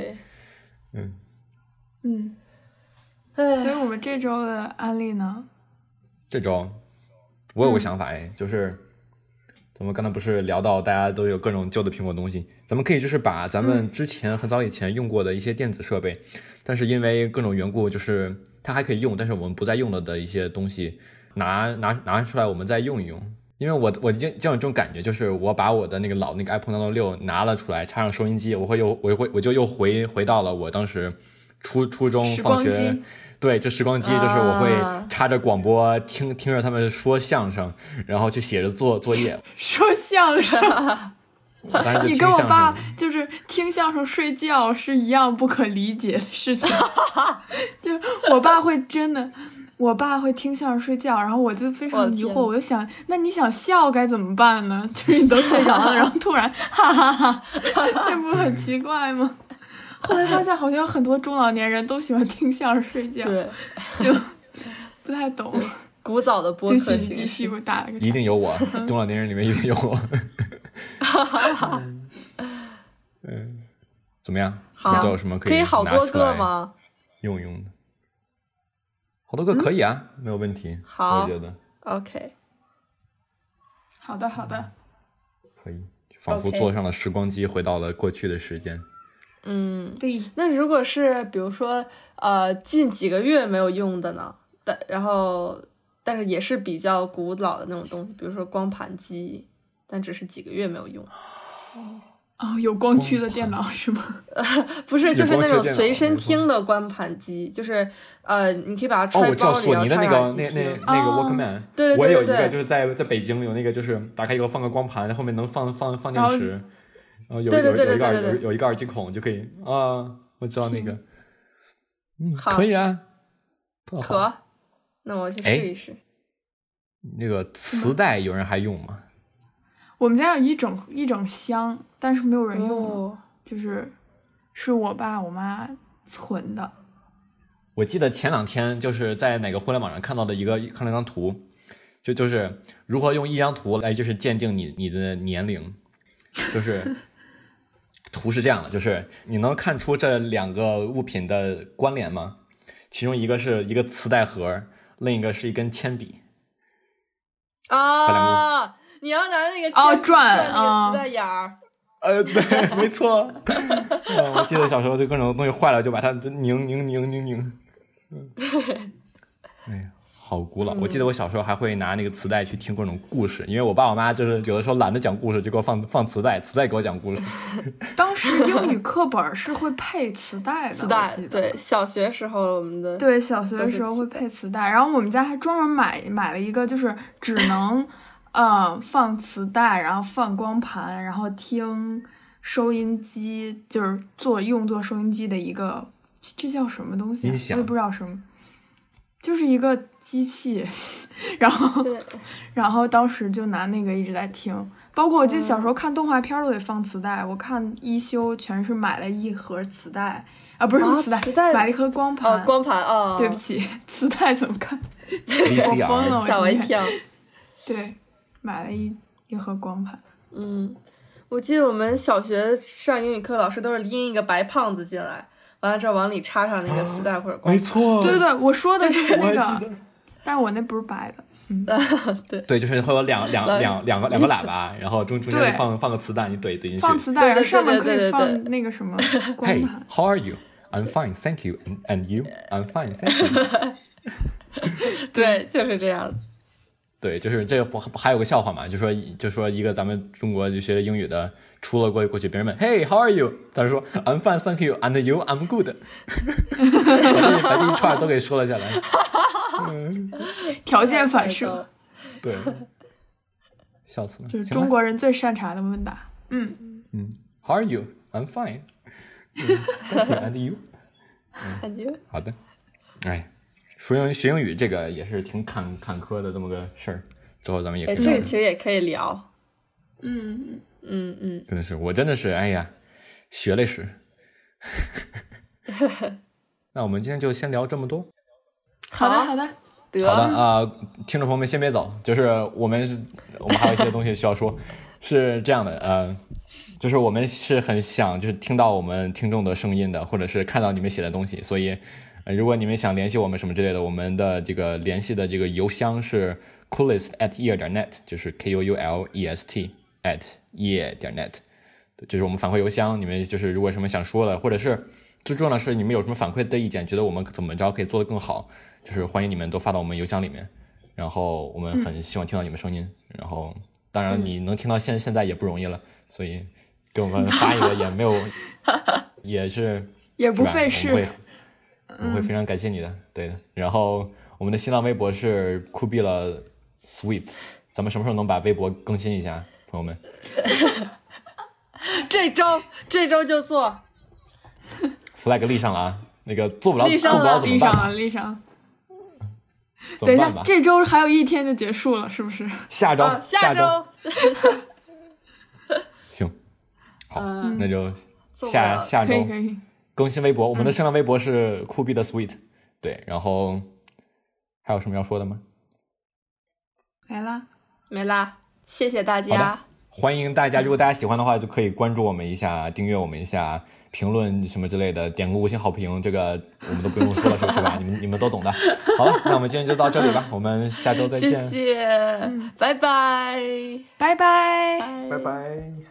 所以我们这周的案例呢？ 这周我有个想法就是咱们刚才不是聊到大家都有各种旧的苹果东西，咱们可以就是把咱们之前很早以前用过的一些电子设备，但是因为各种缘故，就是它还可以用，但是我们不再用了的一些东西，拿出来我们再用一用。因为我已经有这种感觉，就是我把我的那个老那个 iPhone Nano 6拿了出来，插上收音机，我就又回到了我当时初中放学，对，这时光机就是我会插着广播听着他们说相声，然后去写着作业。 说相声，你跟我爸就是听相声睡觉是一样不可理解的事情。就我爸会真的。我爸会听相声睡觉，然后我就非常疑惑，我就想，那你想笑该怎么办呢？就是你都睡着了，然后突然哈哈哈，这不是很奇怪吗？后来发现好像很多中老年人都喜欢听相声睡觉， 对， 就不太懂。 古早的播客形式， 我打了个一定有我，中老年人里面一定有我。怎么样？都有什么可以好多个吗？ 用的。好多个可以啊，没有问题。 好， 我觉得 OK。 好的， 可以，仿佛坐上了时光机，回到了过去的时间。 对。 那如果是比如说近几个月没有用的呢？但是也是比较古老的那种东西，比如说光盘机，但只是几个月没有用。 有光驱的电脑是吗？ 不是，就是那种随身听的光盘机，就是你可以把它揣包里，然后插耳机听。 那个 Walkman， 对， 我有一个，就是在北京有那个，就是打开以后放个光盘，后面能放电池，然后有一个耳机孔就可以啊，我知道那个，可以啊， 可，那我去试一试。 那个磁带有人还用吗？ 我们家有一整箱，但是没有人用，是我爸我妈存的。 我记得前2天就是在哪个互联网上看到了张图，就是如何用一张图来就是鉴定你的年龄，就是图是这样的，就是你能看出这2个物品的关联吗？其中一个是一个磁带盒，另一个是一根铅笔。 你要拿那个转那个磁带眼儿。 对，没错。我记得小时候就各种东西坏了，就把它拧。 对。 哎呀，好古老。我记得我小时候还会拿那个磁带去听各种故事，因为我爸我妈就是有的时候懒得讲故事，就给我放磁带给我讲故事。 当时英语课本是会配磁带的， 磁带，对，小学时候我们的， 对，小学的时候会配磁带，然后我们家还专门买了一个，就是只能放磁带，然后放光盘，然后听收音机，就是用作收音机的一个，这叫什么东西？我也不知道什么，就是一个机器。然后当时就拿那个一直在听，包括我记得小时候看动画片都得放磁带，我看一休全是买了一盒磁带啊，不是磁带，买了一盒光盘。 光盘啊， 对不起，磁带怎么看？ 我疯了， 吓我一跳。 对，买了一盒光盘。 我记得我们小学上英语课，老师都是拎一个白胖子进来，完了之后往里插上那个磁带或者光盘。 没错， 对，我说的就是那个，但是我那不是白的。 对，就是会有两个喇叭，然后中间放个磁带，你怼进去。 放磁带，然后上面可以放那个什么光盘。 Hey, how are you? I'm fine, thank you. And you? I'm fine, thank you. 对，就是这样。 对，就是这个不还有个笑话嘛？就说一个咱们中国就学的英语的出了过去，别人问 Hey, how are you? 他就说 I'm fine, thank you. And you? I'm good. 把这一串都给说了下来。 条件反射。 对，笑死了。 就是中国人最擅长的问答。 How are you? I'm fine. Thank you. And you? And you? 好的。哎。学英语这个也是挺坎坷的这么个事儿，之后咱们也可以这个其实也可以聊。 真的是，我真的是，哎呀，学类史。那我们今天就先聊这么多。 好的， 好的听众朋友们先别走，就是我们还有一些东西需要说，是这样的，就是我们是很想就是听到我们听众的声音的，或者是看到你们写的东西，所以。如果你们想联系我们什么之类的，我们的这个联系的这个邮箱是 coolest@ear.net， 就是 KUULEST@ear.net， 就是我们反馈邮箱。你们就是如果什么想说的，或者是最重要的是你们有什么反馈的意见，觉得我们怎么着可以做得更好，就是欢迎你们都发到我们邮箱里面。然后我们很希望听到你们声音。然后当然你能听到现在也不容易了，所以给我们发一个也没有， 也不费事。 我会非常感谢你的，对的。然后我们的新浪微博是酷毙了 Sweet， 咱们什么时候能把微博更新一下，朋友们？ 这周就做 ，flag 立上了啊！那个做不了怎么办？立上了。等一下，这周还有一天就结束了，是不是？ 下周。行，好，那就下周可以。 更新微博，我们的新浪微博是酷毙的 Sweet， 对，然后还有什么要说的吗？ 没啦， 谢谢大家。 欢迎大家，如果大家喜欢的话，就可以关注我们一下，订阅我们一下，评论什么之类的，点个5星好评，这个我们都不用说了，是吧？你们都懂的。好了，那我们今天就到这里吧，我们下周再见。 谢谢，拜拜， 拜拜， 拜拜。